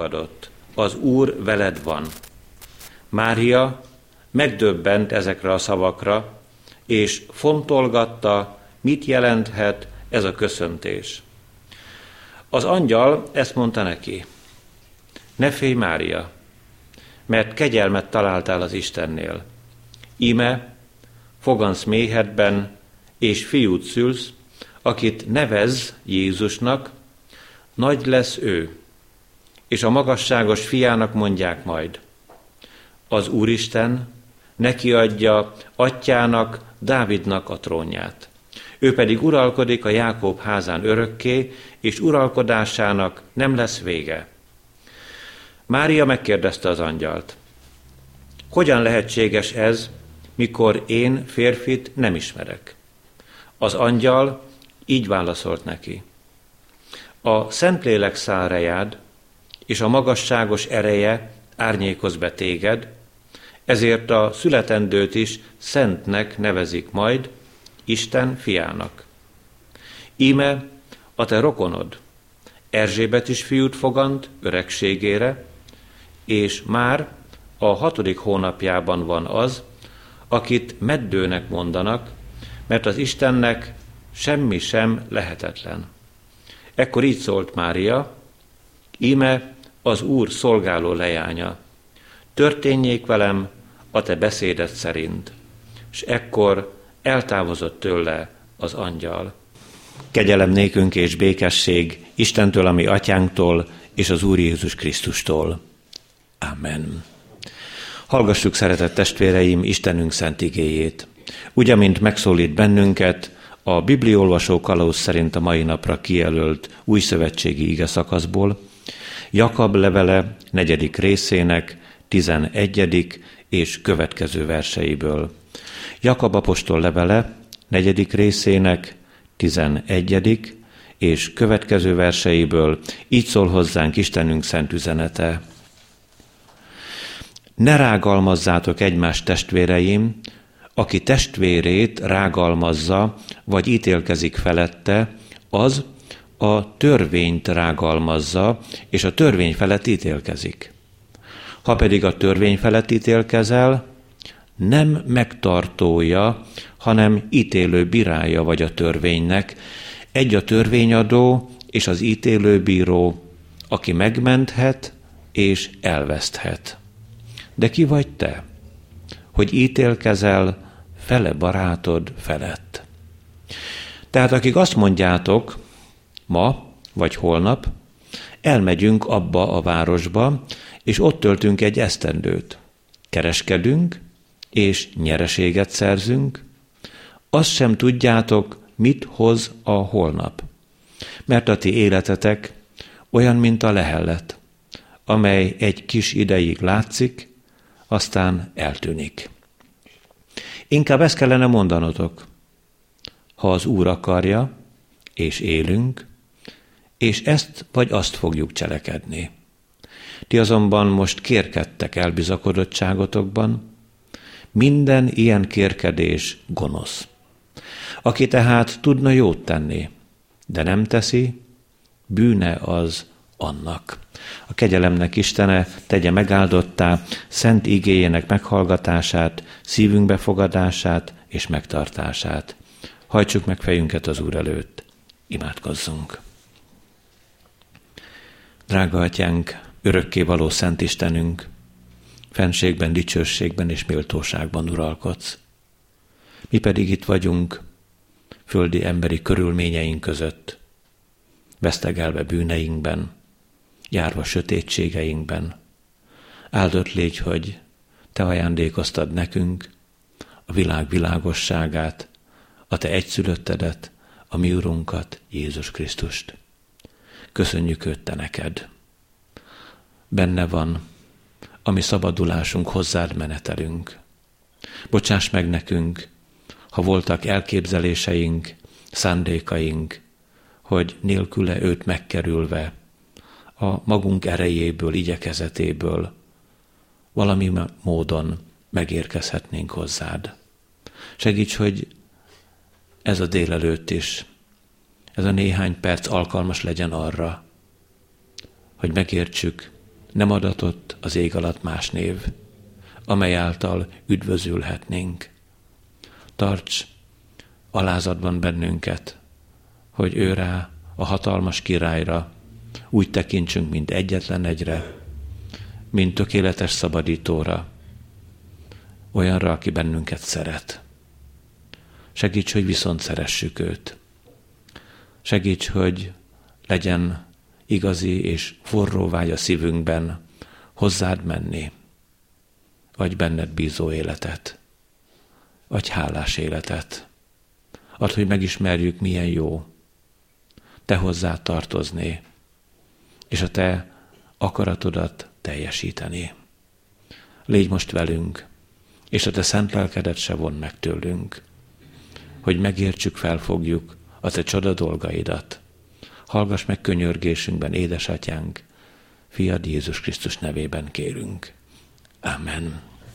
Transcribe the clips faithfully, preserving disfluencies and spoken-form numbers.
fogadott. Az Úr veled van. Mária megdöbbent ezekre a szavakra, és fontolgatta, mit jelenthet ez a köszöntés. Az angyal ezt mondta neki: ne félj, Mária, mert kegyelmet találtál az Istennél. Íme, fogansz méhedben, és fiút szülsz, akit nevezz Jézusnak, nagy lesz ő, és a magasságos fiának mondják majd. Az Úristen neki adja atyának, Dávidnak a trónját. Ő pedig uralkodik a Jákob házán örökké, és uralkodásának nem lesz vége. Mária megkérdezte az angyalt: hogyan lehetséges ez, mikor én férfit nem ismerek? Az angyal így válaszolt neki: a Szentlélek száll rejád, és a magasságos ereje árnyékoz be téged, ezért a születendőt is szentnek nevezik majd, Isten fiának. Íme a te rokonod, Erzsébet is fiút fogant öregségére, és már a hatodik hónapjában van az, akit meddőnek mondanak, mert az Istennek semmi sem lehetetlen. Ekkor így szólt Mária: íme az Úr szolgáló leánya, történjék velem a te beszéded szerint. És ekkor eltávozott tőle az angyal. Kegyelem nékünk és békesség Istentől, a mi atyánktól, és az Úr Jézus Krisztustól. Amen. Hallgassuk, szeretett testvéreim, Istenünk szent igéjét. Úgy, amint megszólít bennünket a bibliaolvasó kalauz szerint a mai napra kijelölt újszövetségi ige szakaszból, Jakab levele negyedik részének tizenegyedik és következő verseiből. Jakab apostol levele negyedik részének tizenegyedik és következő verseiből így szól hozzánk Istenünk szent üzenete. Ne rágalmazzátok egymást, testvéreim, aki testvérét rágalmazza, vagy ítélkezik felette, az a törvényt rágalmazza, és a törvény felett ítélkezik. Ha pedig a törvény felett ítélkezel, nem megtartója, hanem ítélő bírája vagy a törvénynek, egy a törvényadó és az ítélő bíró, aki megmenthet és elveszthet. De ki vagy te, hogy ítélkezel fele barátod felett? Tehát akik azt mondjátok, ma vagy holnap elmegyünk abba a városba, és ott töltünk egy esztendőt. Kereskedünk, és nyereséget szerzünk, azt sem tudjátok, mit hoz a holnap. Mert a ti életetek olyan, mint a lehellet, amely egy kis ideig látszik, aztán eltűnik. Inkább ezt kellene mondanotok: ha az Úr akarja, és élünk, és ezt vagy azt fogjuk cselekedni. Ti azonban most kérkedtek elbizakodottságotokban, minden ilyen kérkedés gonosz. Aki tehát tudna jót tenni, de nem teszi, bűne az annak. A kegyelemnek Istene tegye megáldottá szent igéjének meghallgatását, szívünk befogadását és megtartását. Hajtsuk meg fejünket az Úr előtt, imádkozzunk. Drága Atyánk, örökkévaló Szent Istenünk, fenségben, dicsőségben és méltóságban uralkodsz. Mi pedig itt vagyunk, földi emberi körülményeink között, vesztegelve bűneinkben, járva sötétségeinkben. Áldott légy, hogy te ajándékoztad nekünk a világ világosságát, a te egyszülöttedet, a mi Urunkat, Jézus Krisztust. Köszönjük őt te neked. Benne van a mi szabadulásunk, hozzád menetelünk. Bocsáss meg nekünk, ha voltak elképzeléseink, szándékaink, hogy nélküle őt megkerülve, a magunk erejéből, igyekezetéből valami módon megérkezhetnénk hozzád. Segíts, hogy ez a délelőtt is, ez a néhány perc alkalmas legyen arra, hogy megértsük, nem adatott az ég alatt más név, amely által üdvözülhetnénk. Tarts alázatban bennünket, hogy őrá, a hatalmas királyra úgy tekintsünk, mint egyetlen egyre, mint tökéletes szabadítóra, olyanra, aki bennünket szeret. Segíts, hogy viszont szeressük őt. Segíts, hogy legyen igazi és forró vágy a szívünkben hozzád menni. Adj benned bízó életet. Adj hálás életet. Add, hogy megismerjük, milyen jó te hozzád tartozni, és a te akaratodat teljesíteni. Légy most velünk, és a te szent lelkedet se von meg tőlünk, hogy megértsük, felfogjuk a te csoda dolgaidat. Hallgass meg könyörgésünkben, édesatyánk, fiad Jézus Krisztus nevében kérünk. Amen.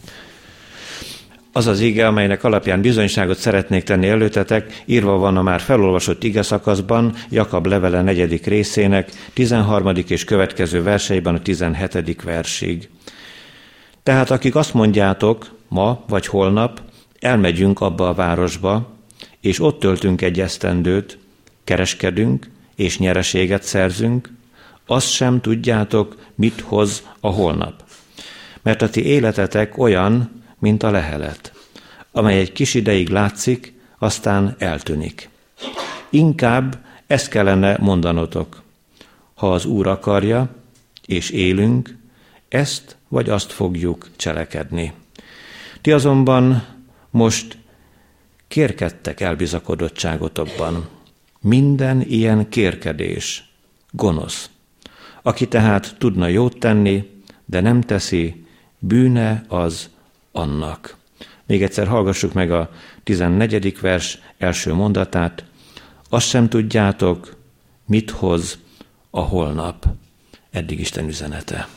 Az az ige, amelynek alapján bizonyságot szeretnék tenni előtetek, írva van a már felolvasott ige szakaszban, Jakab levele negyedik részének tizenharmadik és következő verseiben a tizenhetedik versig. Tehát akik azt mondjátok, ma vagy holnap elmegyünk abba a városba, és ott töltünk egy esztendőt, kereskedünk, és nyereséget szerzünk, azt sem tudjátok, mit hoz a holnap. Mert a ti életetek olyan, mint a lehelet, amely egy kis ideig látszik, aztán eltűnik. Inkább ezt kellene mondanotok. Ha az Úr akarja, és élünk, ezt vagy azt fogjuk cselekedni. Ti azonban most kérkedtek elbizakodottságotokban. Minden ilyen kérkedés gonosz. Aki tehát tudna jót tenni, de nem teszi, bűne az annak. Még egyszer hallgassuk meg a tizennegyedik vers első mondatát. Azt sem tudjátok, mit hoz a holnap. Eddig Isten üzenete.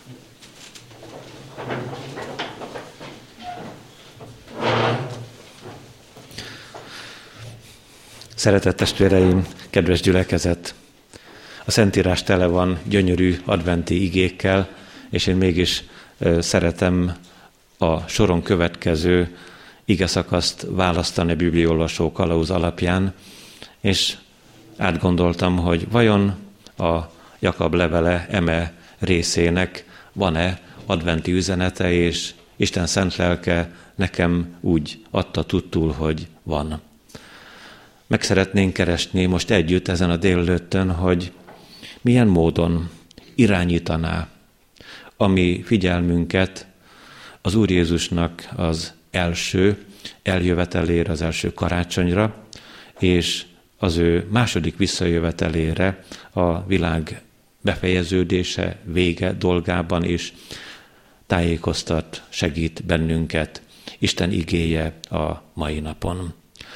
Szeretett testvéreim, kedves gyülekezet! A Szentírás tele van gyönyörű adventi igékkel, és én mégis szeretem a soron következő igeszakaszt választani a bibliaolvasó kalauz alapján, és átgondoltam, hogy vajon a Jakab levele eme részének van-e adventi üzenete, és Isten szent lelke nekem úgy adta tudtul, hogy van. Meg szeretnénk keresni most együtt ezen a délelőttön, hogy milyen módon irányítaná a mi figyelmünket az Úr Jézusnak az első eljövetelére, az első karácsonyra, és az ő második visszajövetelére, a világ befejeződése, vége dolgában is tájékoztat, segít bennünket Isten igéje a mai napon.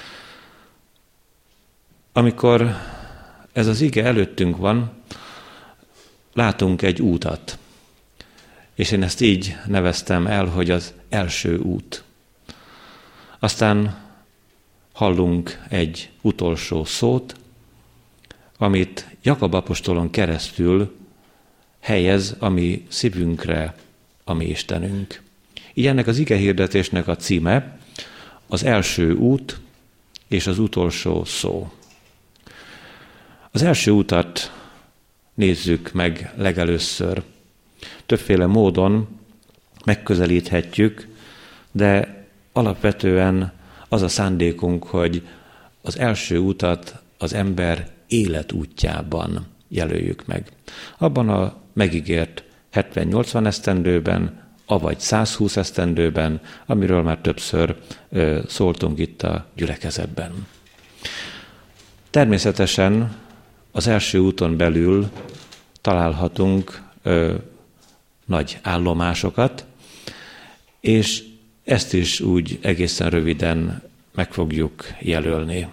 Amikor ez az ige előttünk van, látunk egy útat, és én ezt így neveztem el, hogy az első út. Aztán hallunk egy utolsó szót, amit Jakab apostolon keresztül helyez a mi szívünkre a mi Istenünk. Így ennek az igehirdetésnek a címe az első út és az utolsó szó. Az első utat nézzük meg legelőször. Többféle módon megközelíthetjük, de alapvetően az a szándékunk, hogy az első utat az ember életútjában jelöljük meg. Abban a megígért hetven-nyolcvan esztendőben, avagy százhúsz esztendőben, amiről már többször ö, szóltunk itt a gyülekezetben. Természetesen az első úton belül találhatunk ö, nagy állomásokat, és ezt is úgy egészen röviden meg fogjuk jelölni.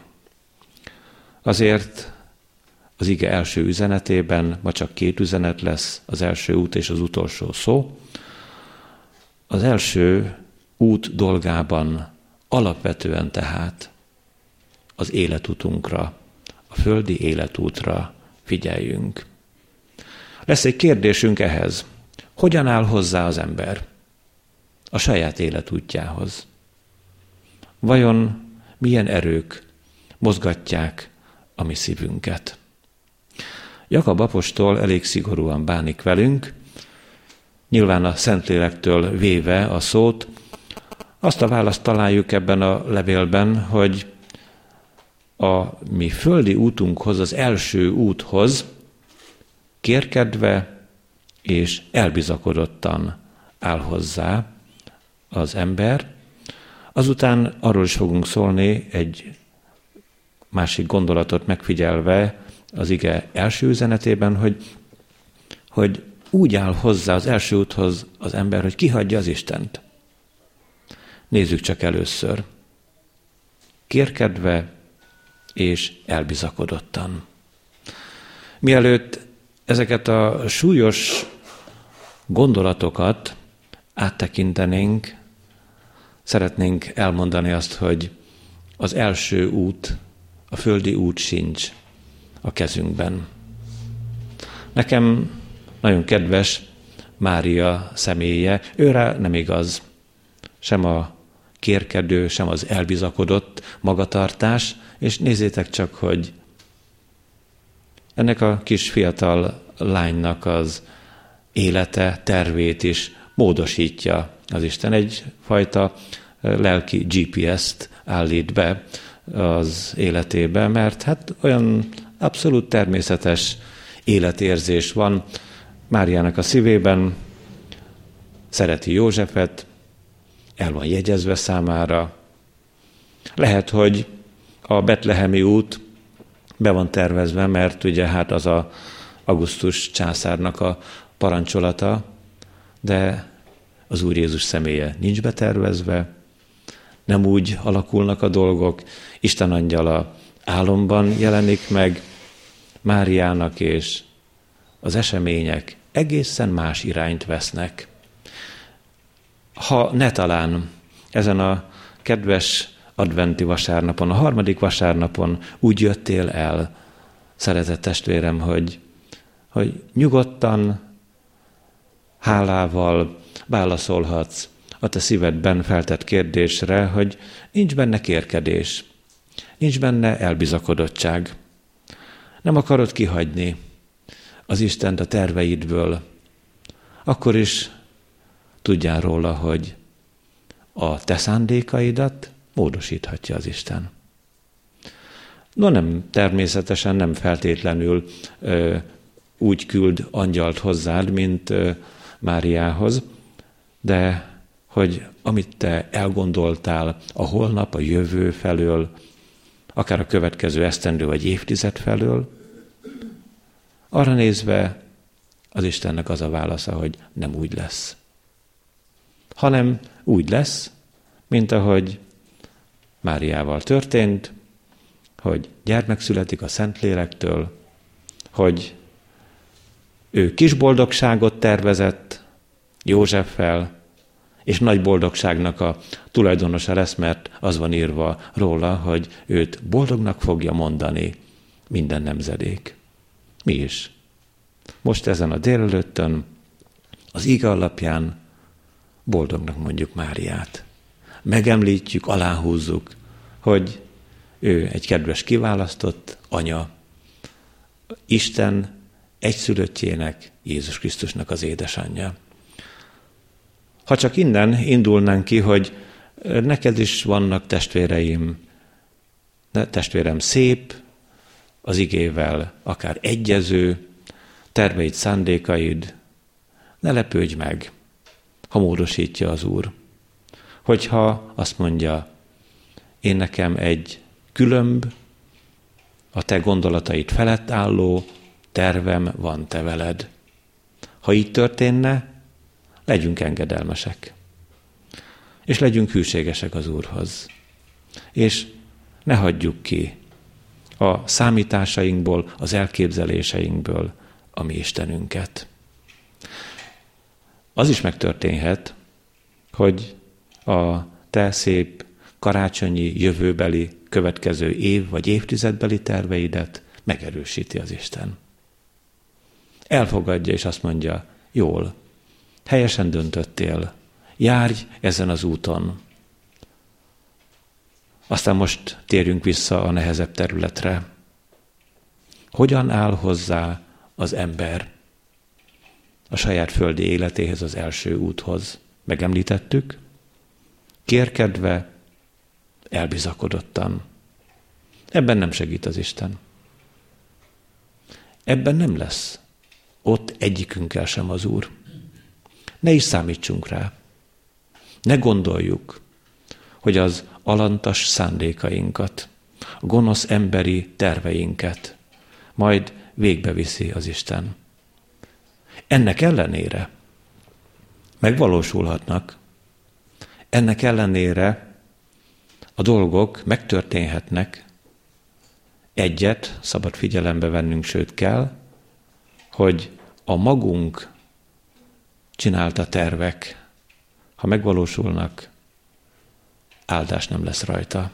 Azért az ige első üzenetében ma csak két üzenet lesz, az első út és az utolsó szó. Az első út dolgában alapvetően tehát az életutunkra, a földi életútra figyeljünk. Lesz egy kérdésünk ehhez. Hogyan áll hozzá az ember a saját életútjához? Vajon milyen erők mozgatják a mi szívünket? Jakab apostol elég szigorúan bánik velünk, nyilván a Szentlélektől véve a szót. Azt a választ találjuk ebben a levélben, hogy a mi földi útunkhoz, az első úthoz kérkedve és elbizakodottan áll hozzá az ember. Azután arról is fogunk szólni, egy másik gondolatot megfigyelve az ige első üzenetében, hogy, hogy úgy áll hozzá az első úthoz az ember, hogy kihagyja az Istent. Nézzük csak először. Kérkedve és elbizakodottan. Mielőtt ezeket a súlyos gondolatokat áttekintenénk, szeretnénk elmondani azt, hogy az első út, a földi út sincs a kezünkben. Nekem nagyon kedves Mária személye, őre nem igaz sem a kérkedő, sem az elbizakodott magatartás, és nézzétek csak, hogy ennek a kis fiatal lánynak az élete, tervét is módosítja az Isten. Egyfajta lelki gé pé est állít be az életébe, mert hát olyan abszolút természetes életérzés van Máriának a szívében, szereti Józsefet, el van jegyezve számára. Lehet, hogy a betlehemi út be van tervezve, mert ugye hát az a Augustus császárnak a parancsolata, de az Úr Jézus személye nincs betervezve, nem úgy alakulnak a dolgok, Isten angyala álomban jelenik meg Máriának, és az események egészen más irányt vesznek. Ha ne talán ezen a kedves adventi vasárnapon, a harmadik vasárnapon úgy jöttél el, szeretett testvérem, hogy, hogy nyugodtan, hálával válaszolhatsz a te szívedben feltett kérdésre, hogy nincs benne kérkedés, nincs benne elbizakodottság. Nem akarod kihagyni az Istent a terveidből, akkor is tudjál róla, hogy a te szándékaidat módosíthatja az Isten. No nem, természetesen nem feltétlenül ö, úgy küld angyalt hozzád, mint ö, Máriához, de hogy amit te elgondoltál a holnap, a jövő felől, akár a következő esztendő vagy évtized felől, arra nézve az Istennek az a válasza, hogy nem úgy lesz. Hanem úgy lesz, mint ahogy Máriával történt, hogy gyermek születik a Szentlélektől, hogy ő kis boldogságot tervezett Józseffel, és nagy boldogságnak a tulajdonosa lesz, mert az van írva róla, hogy őt boldognak fogja mondani minden nemzedék. Mi is. Most ezen a délelőttön az ige alapján boldognak mondjuk Máriát. Megemlítjük, aláhúzzuk, hogy ő egy kedves kiválasztott anya, Isten egyszülöttjének, Jézus Krisztusnak az édesanyja. Ha csak innen indulnánk ki, hogy neked is vannak testvéreim, testvérem szép, az igével akár egyező, terveid, szándékaid, ne lepődj meg, ha módosítja az Úr. Hogyha azt mondja, én nekem egy különb, a te gondolataid felett álló tervem van te veled. Ha így történne, legyünk engedelmesek. És legyünk hűségesek az Úrhoz. És ne hagyjuk ki a számításainkból, az elképzeléseinkből a mi Istenünket. Az is megtörténhet, hogy a te szép karácsonyi, jövőbeli, következő év vagy évtizedbeli terveidet megerősíti az Isten. Elfogadja és azt mondja, jól, helyesen döntöttél, járj ezen az úton. Aztán most térjünk vissza a nehezebb területre. Hogyan áll hozzá az ember a saját földi életéhez, az első úthoz? Megemlítettük, kérkedve, elbizakodottan. Ebben nem segít az Isten. Ebben nem lesz ott egyikünkkel sem az Úr. Ne is számítsunk rá. Ne gondoljuk, hogy az alantas szándékainkat, a gonosz emberi terveinket majd végbeviszi az Isten. Ennek ellenére megvalósulhatnak, ennek ellenére a dolgok megtörténhetnek. Egyet szabad figyelembe vennünk, sőt kell, hogy a magunk csinálta tervek, ha megvalósulnak, áldás nem lesz rajta.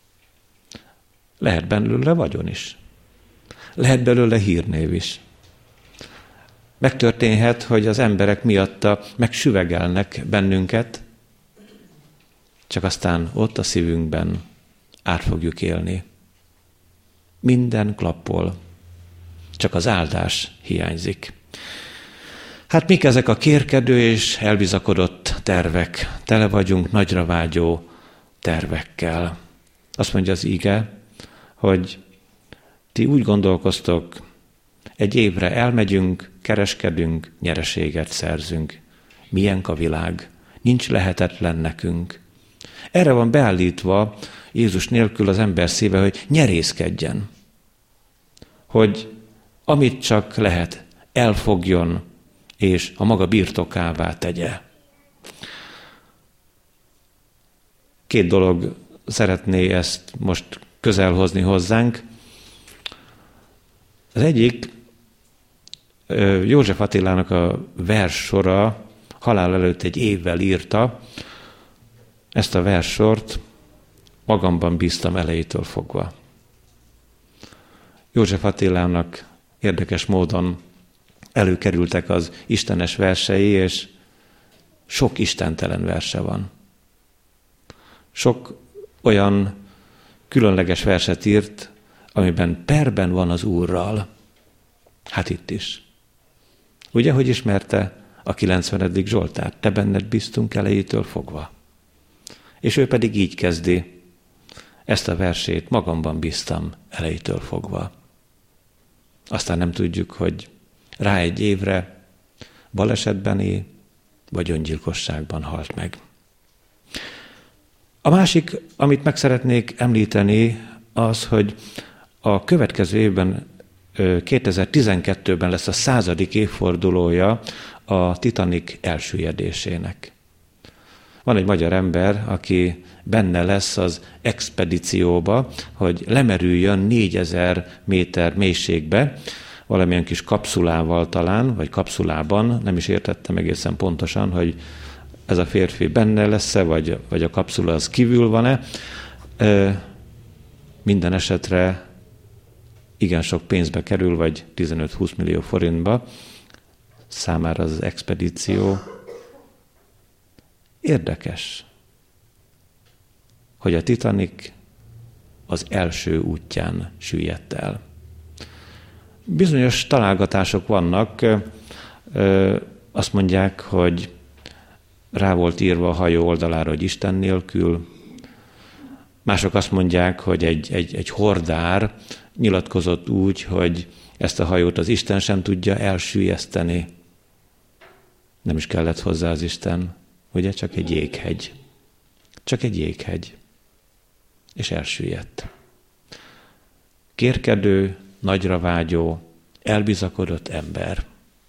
Lehet belőle vagyon is. Lehet belőle hírnév is. Megtörténhet, hogy az emberek miatta megsüvegelnek bennünket, csak aztán ott a szívünkben át fogjuk élni. Minden klappol, csak az áldás hiányzik. Hát mik ezek a kérkedő és elbizakodott tervek? Tele vagyunk nagyra vágyó tervekkel. Azt mondja az ige, hogy ti úgy gondolkoztok, egy évre elmegyünk, kereskedünk, nyereséget szerzünk. Milyen a világ? Nincs lehetetlen nekünk. Erre van beállítva Jézus nélkül az ember szíve, hogy nyerészkedjen. Hogy amit csak lehet, elfogjon, és a maga birtokává tegye. Két dolog szeretné ezt most közelhozni hozzánk. Az egyik, József Attilának a verssora halál előtt egy évvel írta, ezt a verssort magamban bíztam elejétől fogva. József Attilának érdekes módon előkerültek az istenes versei, és sok istentelen verse van. Sok olyan különleges verset írt, amiben perben van az Úrral. Hát itt is. Ugye, hogy ismerte a kilencvenedik Zsoltárt? Te benned bíztunk elejétől fogva. És ő pedig így kezdi ezt a versét, magamban bíztam elejétől fogva. Aztán nem tudjuk, hogy rá egy évre balesetben él, vagy öngyilkosságban halt meg. A másik, amit meg szeretnék említeni, az, hogy a következő évben, kétezer-tizenkettőben lesz a századik évfordulója a Titanic elsüllyedésének. Van egy magyar ember, aki benne lesz az expedícióba, hogy lemerüljön négyezer méter mélységbe, valamilyen kis kapszulával talán, vagy kapszulában, nem is értettem egészen pontosan, hogy ez a férfi benne lesz-e, vagy, vagy a kapszula az kívül van-e. E, minden esetre igen sok pénzbe kerül, vagy tizenöt-húsz millió forintba számára az expedíció. Érdekes, hogy a Titanic az első útján süllyedt el. Bizonyos találgatások vannak, azt mondják, hogy rá volt írva a hajó oldalára, hogy Isten nélkül. Mások azt mondják, hogy egy, egy, egy hordár nyilatkozott úgy, hogy ezt a hajót az Isten sem tudja elsüllyeszteni. Nem is kellett hozzá az Isten, ugye? Csak egy jéghegy. Csak egy jéghegy. És elsüllyedt. Kérkedő, nagyra vágyó, elbizakodott ember.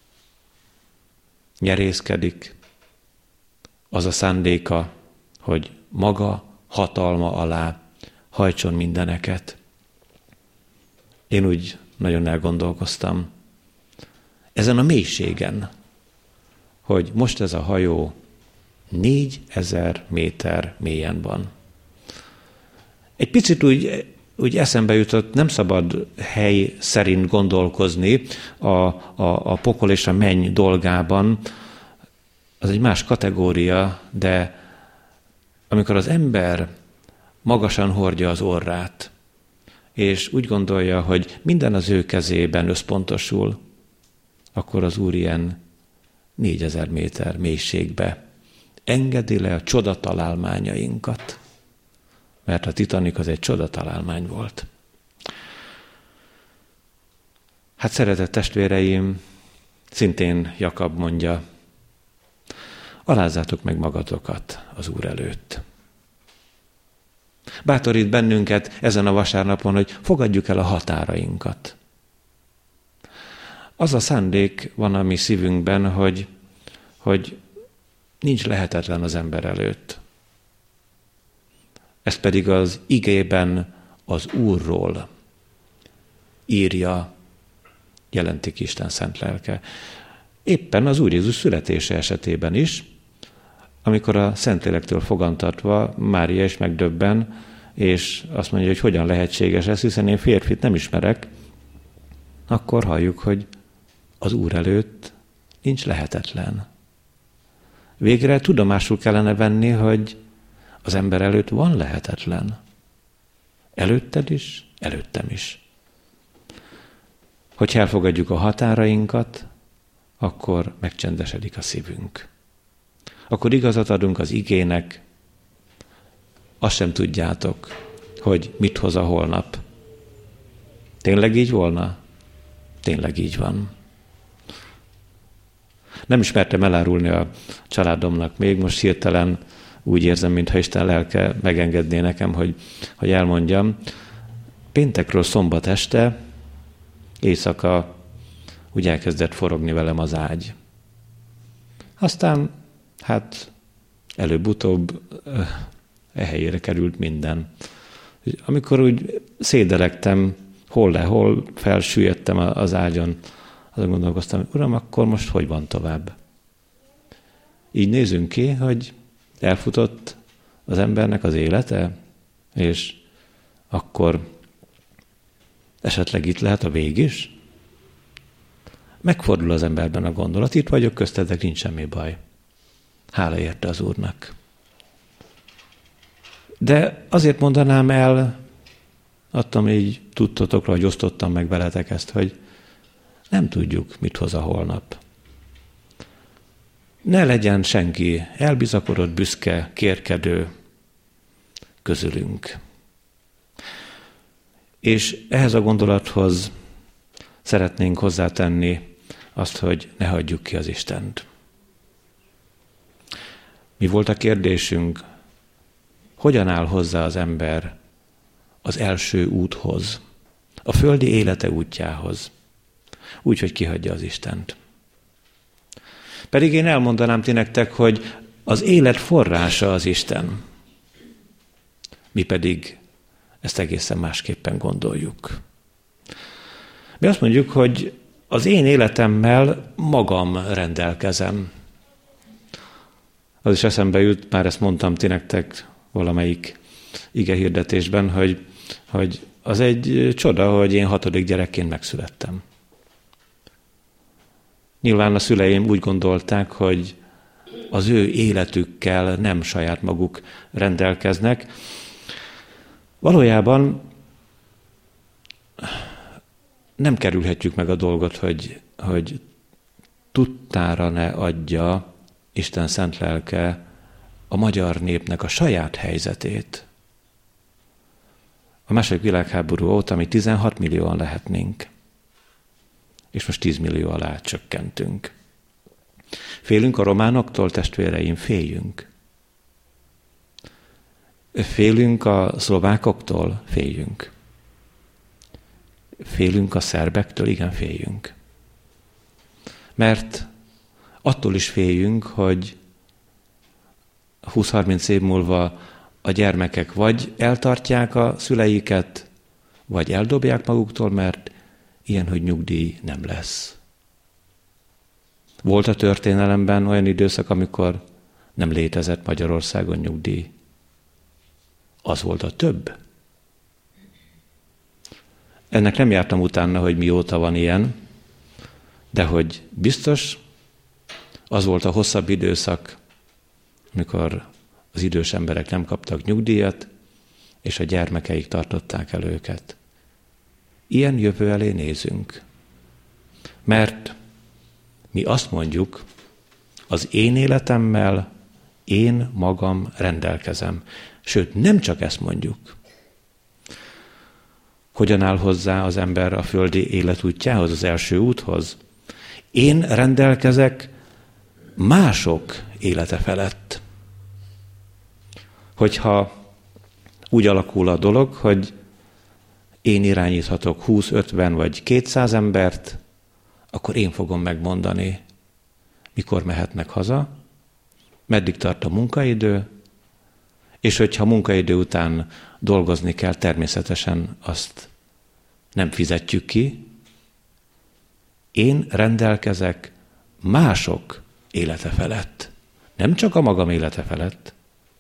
Nyerészkedik. Az a szándéka, hogy maga hatalma alá hajtson mindeneket. Én úgy nagyon elgondolkoztam ezen a mélységen, hogy most ez a hajó négyezer méter mélyen van. Egy picit úgy, úgy eszembe jutott, nem szabad hely szerint gondolkozni a, a, a pokol és a menny dolgában. az egy más kategória, de amikor az ember magasan hordja az orrát, és úgy gondolja, hogy minden az ő kezében összpontosul, akkor az Úr ilyen négyezer méter mélységbe engedi le a csodatalálmányainkat, mert a Titanic az egy csodatalálmány volt. Hát szeretett testvéreim, szintén Jakab mondja, alázzátok meg magatokat az Úr előtt. Bátorít bennünket ezen a vasárnapon, hogy fogadjuk el a határainkat. Az a szándék van a mi szívünkben, hogy, hogy nincs lehetetlen az ember előtt. Ez pedig az igében az Úrról írja, jelentik Isten szent lelke. Éppen az Úr Jézus születése esetében is, amikor a Szentlélektől fogantatva Mária is megdöbben, és azt mondja, hogy hogyan lehetséges ez, hiszen én férfit nem ismerek, akkor halljuk, hogy az Úr előtt nincs lehetetlen. Végre tudomásul kellene venni, hogy az ember előtt van lehetetlen. Előtted is, előttem is. Hogyha elfogadjuk a határainkat, akkor megcsendesedik a szívünk. Akkor igazat adunk az igének, azt sem tudjátok, hogy mit hoz a holnap. Tényleg így volna? Tényleg így van. Nem ismertem elárulni a családomnak még, most hirtelen úgy érzem, mintha Isten lelke megengedné nekem, hogy, hogy elmondjam. Péntekről szombat este, éjszaka úgy elkezdett forogni velem az ágy. Aztán, hát előbb-utóbb e helyére került minden. Amikor úgy szédelegtem, hol le, hol felsüllyedtem az ágyon, azon gondolkoztam, hogy Uram, akkor most hogy van tovább? Így nézünk ki, hogy elfutott az embernek az élete, és akkor esetleg itt lehet a vég is? Megfordul az emberben a gondolat, itt vagyok köztetek, nincs semmi baj. Hála érte az Úrnak. De azért mondanám el, adtam így tudtotokra, hogy osztottam meg veletek ezt, hogy nem tudjuk, mit hoz a holnap. Ne legyen senki elbizakodott, büszke, kérkedő közülünk. És ehhez a gondolathoz szeretnénk hozzátenni azt, hogy ne hagyjuk ki az Istent. Mi volt a kérdésünk? Hogyan áll hozzá az ember az első úthoz, a földi élete útjához? Úgy, hogy kihagyja az Istent. Pedig én elmondanám ti nektek, hogy az élet forrása az Isten. Mi pedig ezt egészen másképpen gondoljuk. Mi azt mondjuk, hogy az én életemmel magam rendelkezem. Az is eszembe jut, már ezt mondtam ti nektek valamelyik igehirdetésben, hogy, hogy az egy csoda, hogy én hatodik gyerekként megszülettem. Nyilván a szüleim úgy gondolták, hogy az ő életükkel nem saját maguk rendelkeznek. Valójában nem kerülhetjük meg a dolgot, hogy, hogy tudtára ne adja Isten szent lelke a magyar népnek a saját helyzetét. A második világháború óta mi tizenhat millióan lehetnénk, és most tíz millió alá csökkentünk. Félünk a románoktól, testvéreim, féljünk. Félünk a szlovákoktól, féljünk. Félünk a szerbektől, igen, féljünk. Mert attól is féljünk, hogy húsz-harminc év múlva a gyermekek vagy eltartják a szüleiket, vagy eldobják maguktól, mert ilyen, hogy nyugdíj nem lesz. Volt a történelemben olyan időszak, amikor nem létezett Magyarországon nyugdíj. Az volt a több. Ennek nem jártam utána, hogy mióta van ilyen, de hogy biztos, Az volt a hosszabb időszak, amikor az idős emberek nem kaptak nyugdíjat, és a gyermekeik tartották el őket. Ilyen jövő elé nézünk. Mert mi azt mondjuk, az én életemmel én magam rendelkezem. Sőt, nem csak ezt mondjuk. Hogyan áll hozzá az ember a földi életútjához, az első úthoz? Én rendelkezek mások élete felett. Hogyha úgy alakul a dolog, hogy én irányíthatok húsz, ötven vagy kétszáz embert, akkor én fogom megmondani, mikor mehetnek haza, meddig tart a munkaidő, és hogyha munkaidő után dolgozni kell, természetesen azt nem fizetjük ki. Én rendelkezek mások élete felett, nem csak a magam élete felett.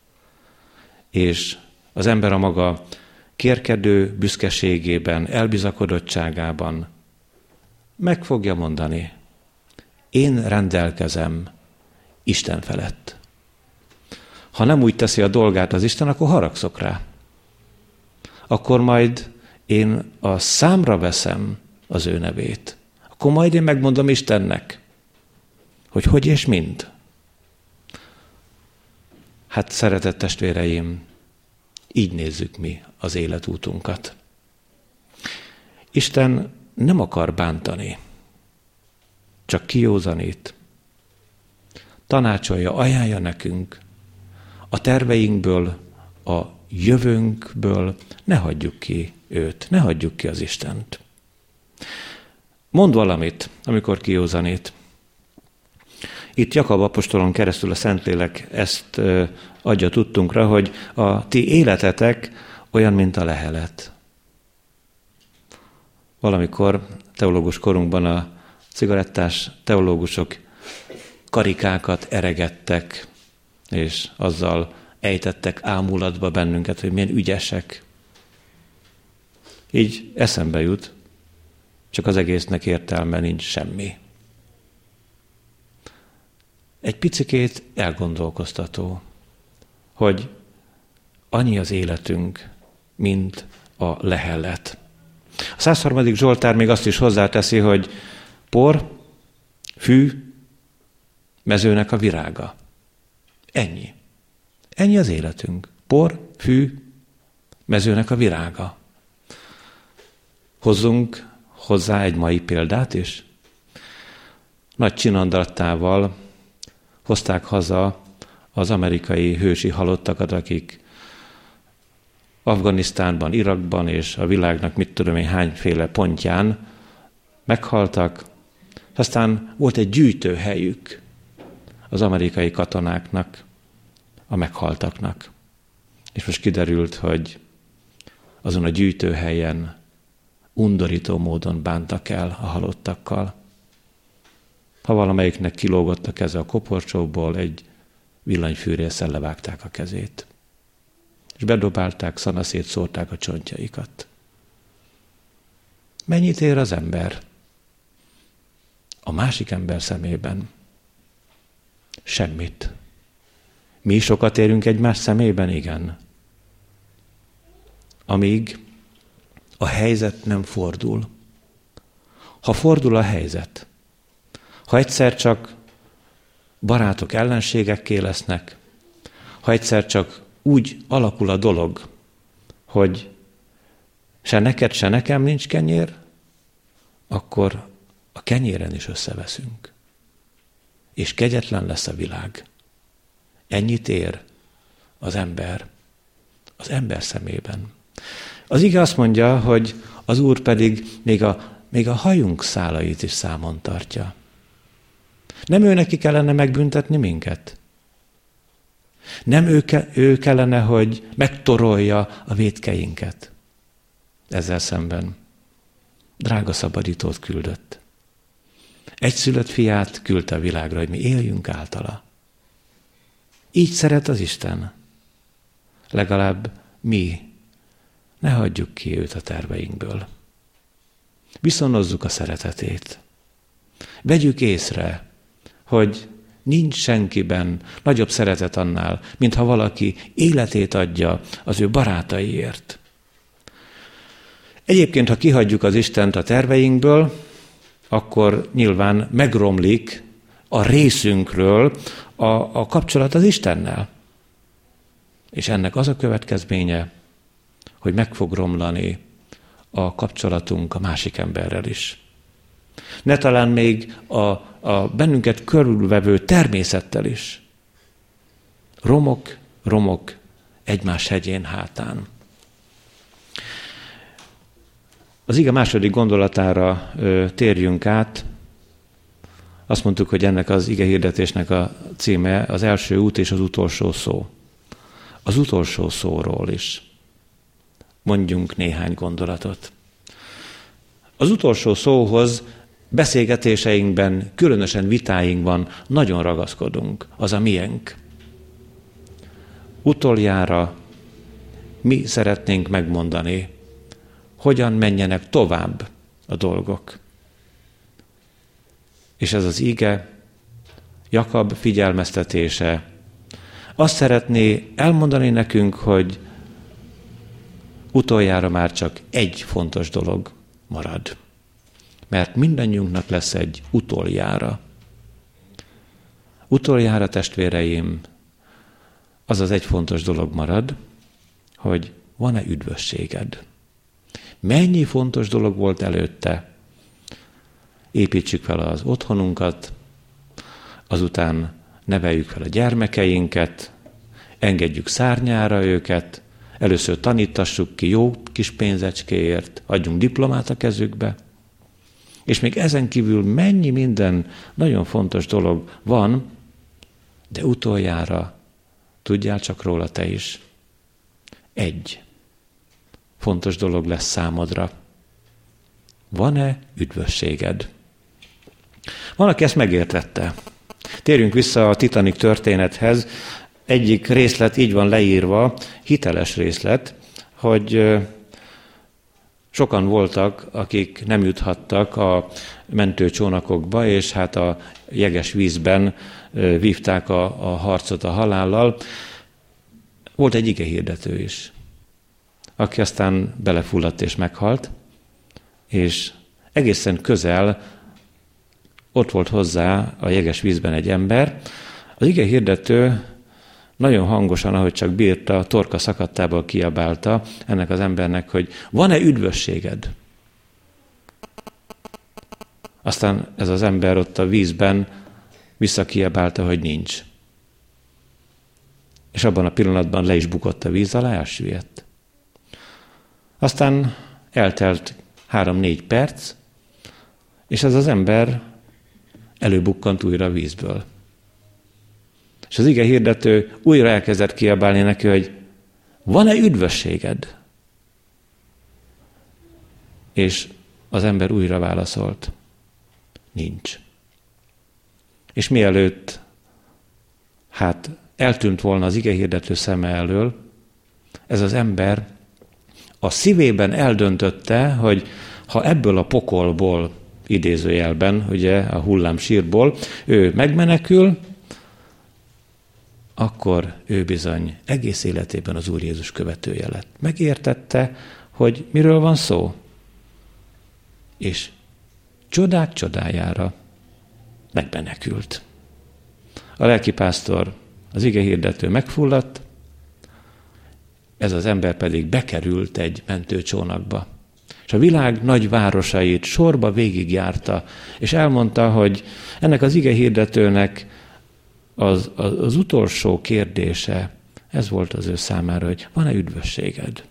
És az ember a maga kérkedő büszkeségében, elbizakodottságában meg fogja mondani, én rendelkezem Isten felett. Ha nem úgy teszi a dolgát az Isten, akkor haragszok rá. Akkor majd én a számra veszem az ő nevét. Akkor majd én megmondom Istennek, hogy hogy és mind. Hát szeretett testvéreim, így nézzük mi az életútunkat. Isten nem akar bántani, csak kijózanít. Tanácsolja, ajánlja nekünk, a terveinkből, a jövőnkből ne hagyjuk ki őt, ne hagyjuk ki az Istent. Mond valamit, amikor kijózanít. Itt Jakab apostolon keresztül a Szentlélek ezt adja tudtunkra, hogy a ti életetek olyan, mint a lehelet. Valamikor teológus korunkban a cigarettás teológusok karikákat eregettek, és azzal ejtettek ámulatba bennünket, hogy milyen ügyesek. Így eszembe jut, csak az egésznek értelme nincs semmi. Egy picikét elgondolkoztató, hogy annyi az életünk, mint a lehellet. A százharmadik Zsoltár még azt is hozzáteszi, hogy por, fű, mezőnek a virága. Ennyi. Ennyi az életünk. Por, fű, mezőnek a virága. Hozzunk hozzá egy mai példát is. Nagy csinandattával hozták haza az amerikai hősi halottakat, akik Afganisztánban, Irakban és a világnak mit tudom én hányféle pontján meghaltak. Aztán volt egy gyűjtőhelyük az amerikai katonáknak, a meghaltaknak. És most kiderült, hogy azon a gyűjtőhelyen undorító módon bántak el a halottakkal. Ha valamelyiknek kilógott a keze a koporcsóból, egy villanyfűrésszel levágták a kezét. És bedobálták, szanaszét szórták a csontjaikat. Mennyit ér az ember? A másik ember szemében semmit. Mi sokat érünk egymás szemében, igen. Amíg a helyzet nem fordul. Ha fordul a helyzet, ha egyszer csak barátok ellenségekké lesznek, ha egyszer csak úgy alakul a dolog, hogy se neked, se nekem nincs kenyér, akkor a kenyéren is összeveszünk. És kegyetlen lesz a világ. Ennyit ér az ember, az ember szemében. Az ige azt mondja, hogy az Úr pedig még a, még a hajunk szálait is számon tartja. Nem ő neki kellene megbüntetni minket? Nem ő, ke, ő kellene, hogy megtorolja a vétkeinket? Ezzel szemben drága szabadítót küldött. Egyszülött fiát küldte a világra, hogy mi éljünk általa. Így szeret az Isten. Legalább mi ne hagyjuk ki őt a terveinkből. Viszonozzuk a szeretetét. Vegyük észre, hogy Nincs senkiben nagyobb szeretet annál, mintha valaki életét adja az ő barátaiért. Egyébként, ha kihagyjuk az Istent a terveinkből, akkor nyilván megromlik a részünkről a, a kapcsolat az Istennel. És ennek az a következménye, hogy meg fog romlani a kapcsolatunk a másik emberrel is. Ne talán még a, a bennünket körülvevő természettel is. Romok, romok egymás hegyén hátán. Az ige második gondolatára ö, térjünk át. Azt mondtuk, hogy ennek az ige hirdetésnek a címe az első út és az utolsó szó. Az utolsó szóról is mondjunk néhány gondolatot. Az utolsó szóhoz beszélgetéseinkben, különösen vitáinkban nagyon ragaszkodunk. Az a miénk. Utoljára mi szeretnénk megmondani, hogyan menjenek tovább a dolgok. És ez az ige, Jakab figyelmeztetése, azt szeretné elmondani nekünk, hogy utoljára már csak egy fontos dolog marad. Mert mindannyiunknak lesz egy utoljára. Utoljára, testvéreim, az az egy fontos dolog marad, hogy van-e üdvösséged. Mennyi fontos dolog volt előtte. Építsük fel az otthonunkat, azután neveljük fel a gyermekeinket, engedjük szárnyára őket, először tanítassuk ki jó kis pénzecskéért, adjunk diplomát a kezükbe, és még ezen kívül mennyi minden nagyon fontos dolog van, de utoljára tudjál csak róla te is. Egy fontos dolog lesz számodra. Van-e üdvösséged? Van, aki ezt megértette. Térjünk vissza a Titanic történethez. Egyik részlet így van leírva, hiteles részlet, hogy sokan voltak, akik nem juthattak a mentőcsónakokba, és hát a jeges vízben vívták a, a harcot a halállal. Volt egy igehirdető is, aki aztán belefulladt és meghalt, és egészen közel ott volt hozzá a jeges vízben egy ember. Az igehirdető nagyon hangosan, ahogy csak bírta, a torka szakadtából kiabálta ennek az embernek, hogy van-e üdvösséged? Aztán ez az ember ott a vízben visszakiabálta, hogy nincs. És abban a pillanatban le is bukott a víz alá, elsüllyedt. Aztán eltelt három-négy perc, és ez az ember előbukkant újra a vízből. És az ige hirdető újra elkezdett kiabálni neki, hogy van-e üdvösséged? És az ember újra válaszolt, nincs. És mielőtt hát eltűnt volna az ige hirdető szeme elől, ez az ember a szívében eldöntötte, hogy ha ebből a pokolból, idézőjelben, ugye a hullámsírból, ő megmenekül, akkor ő bizony egész életében az Úr Jézus követője lett. Megértette, hogy miről van szó. És csodák csodájára megmenekült. A lelkipásztor, az igehirdető megfulladt, ez az ember pedig bekerült egy mentőcsónakba. És a világ nagy városait sorba végigjárta, és elmondta, hogy ennek az igehirdetőnek az, az, az utolsó kérdése, ez volt az ő számára, hogy van-e üdvösséged?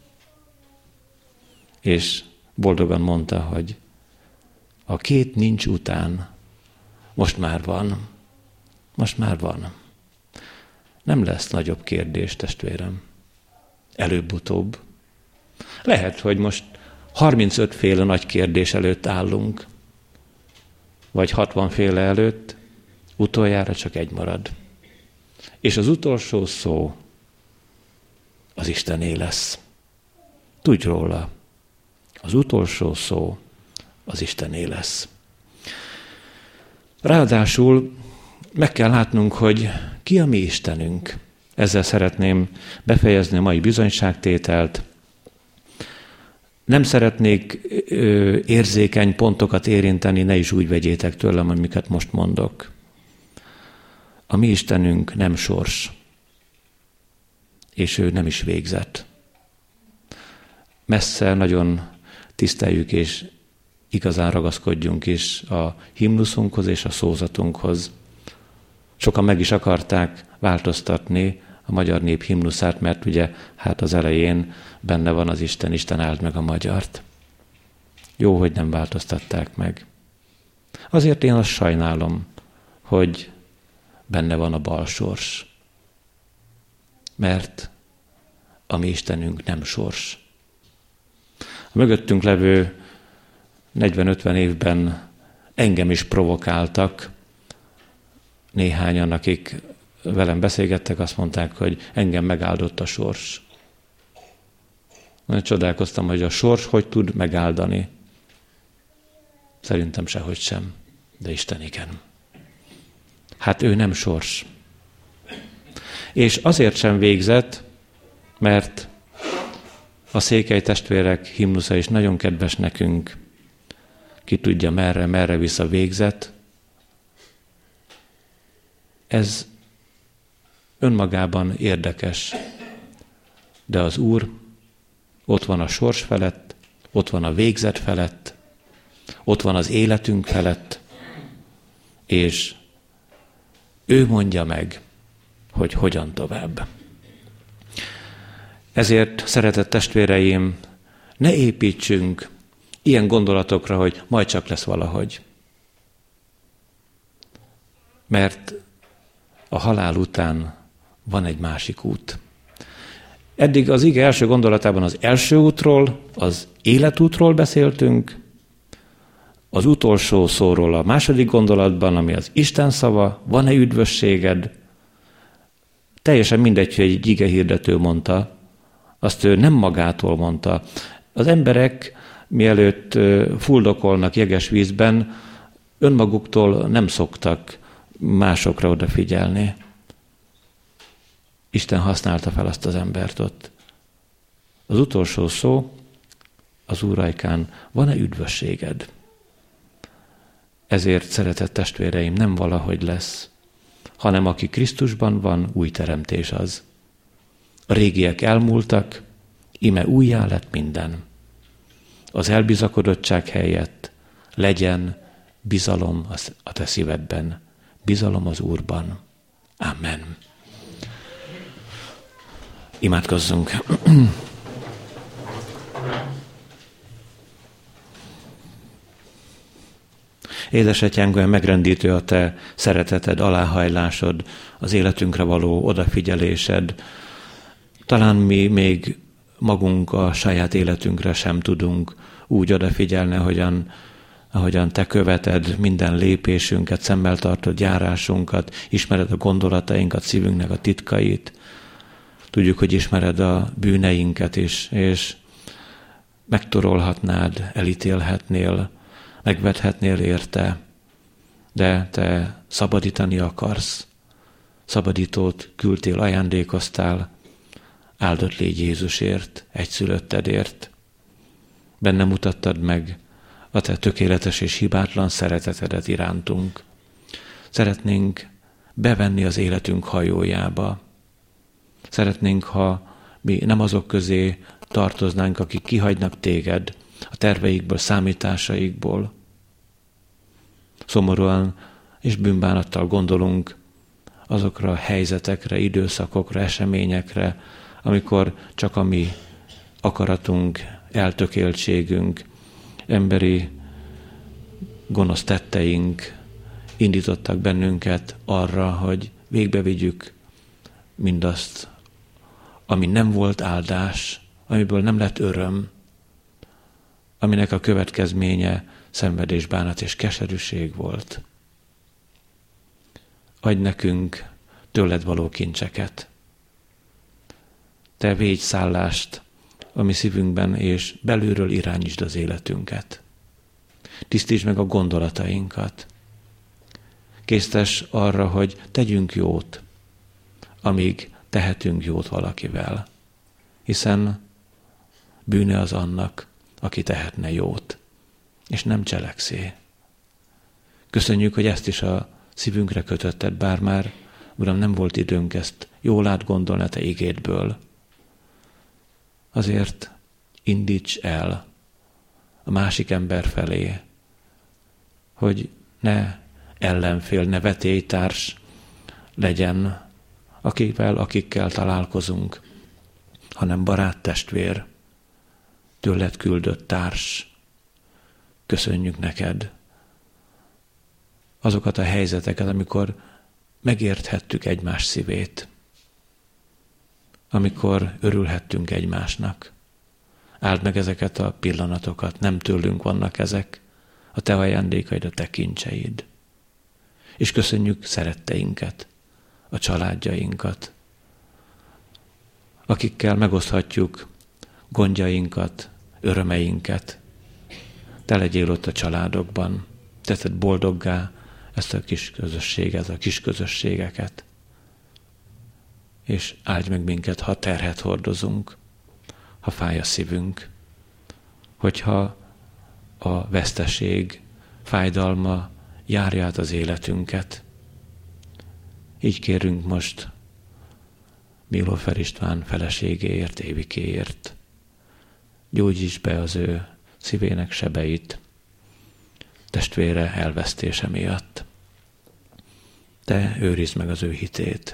És boldogan mondta, hogy a két nincs után most már van. Most már van. Nem lesz nagyobb kérdés, testvérem. Előbb-utóbb. Lehet, hogy most harmincöt féle nagy kérdés előtt állunk, vagy hatvan féle előtt, utoljára csak egy marad. És az utolsó szó az Istené lesz. Tudj róla, az utolsó szó az Istené lesz. Ráadásul meg kell látnunk, hogy ki a mi Istenünk. Ezzel szeretném befejezni a mai bizonyságtételt. Nem szeretnék ö, érzékeny pontokat érinteni, ne is úgy vegyétek tőlem, amiket most mondok. A mi Istenünk nem sors, és ő nem is végzett. Messze nagyon tiszteljük és igazán ragaszkodjunk is a himnuszunkhoz és a szózatunkhoz. Sokan meg is akarták változtatni a magyar nép himnuszát, mert ugye hát az elején benne van az Isten, Isten áld meg a magyart. Jó, hogy nem változtatták meg. Azért én azt sajnálom, hogy benne van a balsors. Mert a mi Istenünk nem sors. A mögöttünk levő negyven-ötven évben engem is provokáltak. Néhányan, akik velem beszélgettek, azt mondták, hogy engem megáldott a sors. Nagyon csodálkoztam, hogy a sors hogy tud megáldani. Szerintem sehogy sem, de Isten igen. Hát ő nem sors. És azért sem végzett, mert a Székely testvérek himnusza is nagyon kedves nekünk. Ki tudja merre, merre visz a végzet. Ez önmagában érdekes, de az Úr ott van a sors felett, ott van a végzet felett, ott van az életünk felett, és ő mondja meg, hogy hogyan tovább. Ezért, szeretett testvéreim, ne építsünk ilyen gondolatokra, hogy majd csak lesz valahogy. Mert a halál után van egy másik út. Eddig az ige első gondolatában az első útról, az életútról beszéltünk, az utolsó szóról a második gondolatban, ami az Isten szava, van-e üdvösséged? Teljesen mindegy, hogy egy igehirdető mondta, azt ő nem magától mondta. Az emberek, mielőtt fuldokolnak jeges vízben, önmaguktól nem szoktak másokra odafigyelni. Isten használta fel azt az embert ott. Az utolsó szó az Úrajkán, van-e üdvösséged? Ezért, szeretett testvéreim, nem valahogy lesz, hanem aki Krisztusban van, új teremtés az. A régiek elmúltak, ime újjá lett minden. Az elbizakodottság helyett legyen bizalom a te szívedben, bizalom az Úrban. Amen. Imádkozzunk. Édesatyánk, olyan megrendítő a te szereteted, aláhajlásod, az életünkre való odafigyelésed. Talán mi még magunk a saját életünkre sem tudunk úgy odafigyelni, ahogyan, ahogyan te követed minden lépésünket, szemmel tartod járásunkat, ismered a gondolatainkat, szívünknek a titkait. Tudjuk, hogy ismered a bűneinket is, és megtorolhatnád, elítélhetnél, megvethetnél érte, de te szabadítani akarsz. Szabadítót küldtél, ajándékoztál, áldott légy Jézusért, egyszülöttedért. Benne mutattad meg a te tökéletes és hibátlan szeretetedet irántunk. Szeretnénk bevenni az életünk hajójába. Szeretnénk, ha mi nem azok közé tartoznánk, akik kihagynak téged a terveikből, számításaikból. Szomorúan és bűnbánattal gondolunk azokra a helyzetekre, időszakokra, eseményekre, amikor csak a mi akaratunk, eltökéltségünk, emberi gonosz tetteink indítottak bennünket arra, hogy végbevigyük mindazt, ami nem volt áldás, amiből nem lett öröm, aminek a következménye szenvedés, bánat és keserűség volt. Adj nekünk tőled való kincseket. Te védj szállást a mi szívünkben, és belülről irányítsd az életünket. Tisztítsd meg a gondolatainkat. késztes arra, hogy tegyünk jót, amíg tehetünk jót valakivel. Hiszen bűne az annak, aki tehetne jót, és nem cselekszé. Köszönjük, hogy ezt is a szívünkre kötötted, bár már, Uram, nem volt időnk ezt jól átgondolni a te igédből. Azért indíts el a másik ember felé, hogy ne ellenfél, ne vetélytárs legyen, akivel, akikkel találkozunk, hanem barát testvér, tőled küldött társ. Köszönjük neked azokat a helyzeteket, amikor megérthettük egymás szívét, amikor örülhettünk egymásnak. Áld meg ezeket a pillanatokat, nem tőlünk vannak ezek, a te ajándékaid, a te kincseid. És köszönjük szeretteinket, a családjainkat, akikkel megoszthatjuk gondjainkat, örömeinket. Te legyél ott a családokban, teszed boldoggá ezt a kis közösséget, a kis közösségeket. És áldj meg minket, ha terhet hordozunk, ha fáj a szívünk, hogyha a veszteség fájdalma járja át az életünket. Így kérünk most Milófer István feleségéért, Évikéért. Gyógyíts be az ő szívének sebeit, testvére elvesztése miatt. Te őrizd meg az ő hitét,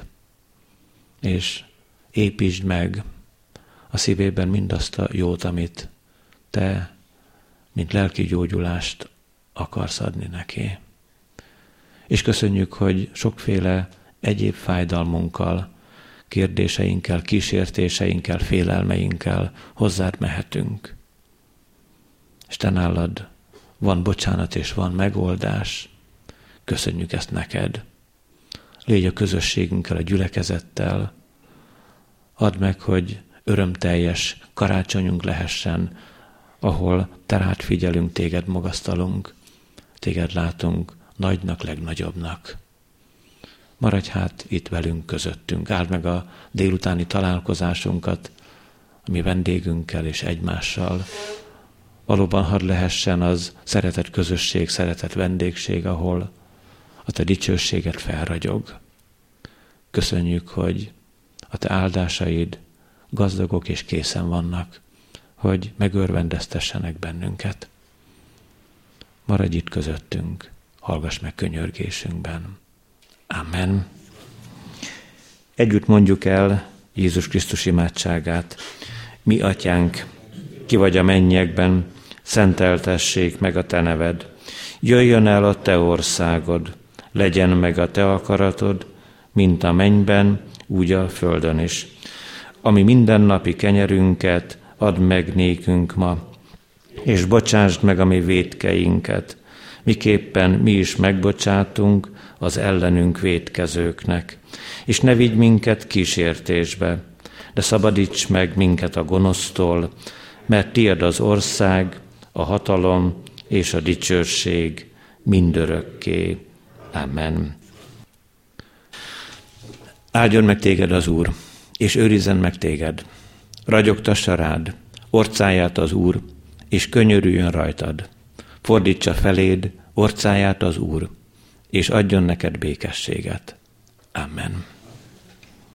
és építsd meg a szívében mindazt a jót, amit te, mint lelki gyógyulást akarsz adni neki. És köszönjük, hogy sokféle egyéb fájdalmunkkal, kérdéseinkkel, kísértéseinkkel, félelmeinkkel hozzád mehetünk. És te nálad van bocsánat és van megoldás. Köszönjük ezt neked. Légy a közösségünkkel, a gyülekezettel. Add meg, hogy örömteljes karácsonyunk lehessen, ahol te rád figyelünk, téged magasztalunk, téged látunk nagynak, legnagyobbnak. Maradj hát itt velünk közöttünk, áld meg a délutáni találkozásunkat, a mi vendégünkkel és egymással. Valóban hadd lehessen az szeretett közösség, szeretett vendégség, ahol a te dicsőséget felragyog. Köszönjük, hogy a te áldásaid gazdagok és készen vannak, hogy megörvendeztessenek bennünket. Maradj itt közöttünk, hallgass meg könyörgésünkben. Amen. Együtt mondjuk el Jézus Krisztus imádságát. Mi atyánk, ki vagy a mennyekben, szenteltessék meg a te neved. Jöjjön el a te országod, legyen meg a te akaratod, mint a mennyben, úgy a földön is. Ami mindennapi kenyerünket add meg nékünk ma, és bocsásd meg a mi vétkeinket, miképpen mi is megbocsátunk az ellenünk vétkezőknek. És ne vigy minket kísértésbe, de szabadíts meg minket a gonosztól, mert tiéd az ország, a hatalom és a dicsőség mindörökké. Amen. Áldjon meg téged az Úr, és őrizzen meg téged. Ragyogtassa rád orcáját az Úr, és könyörüljön rajtad. Fordítsa feléd orcáját az Úr, és adjon neked békességet. Amen.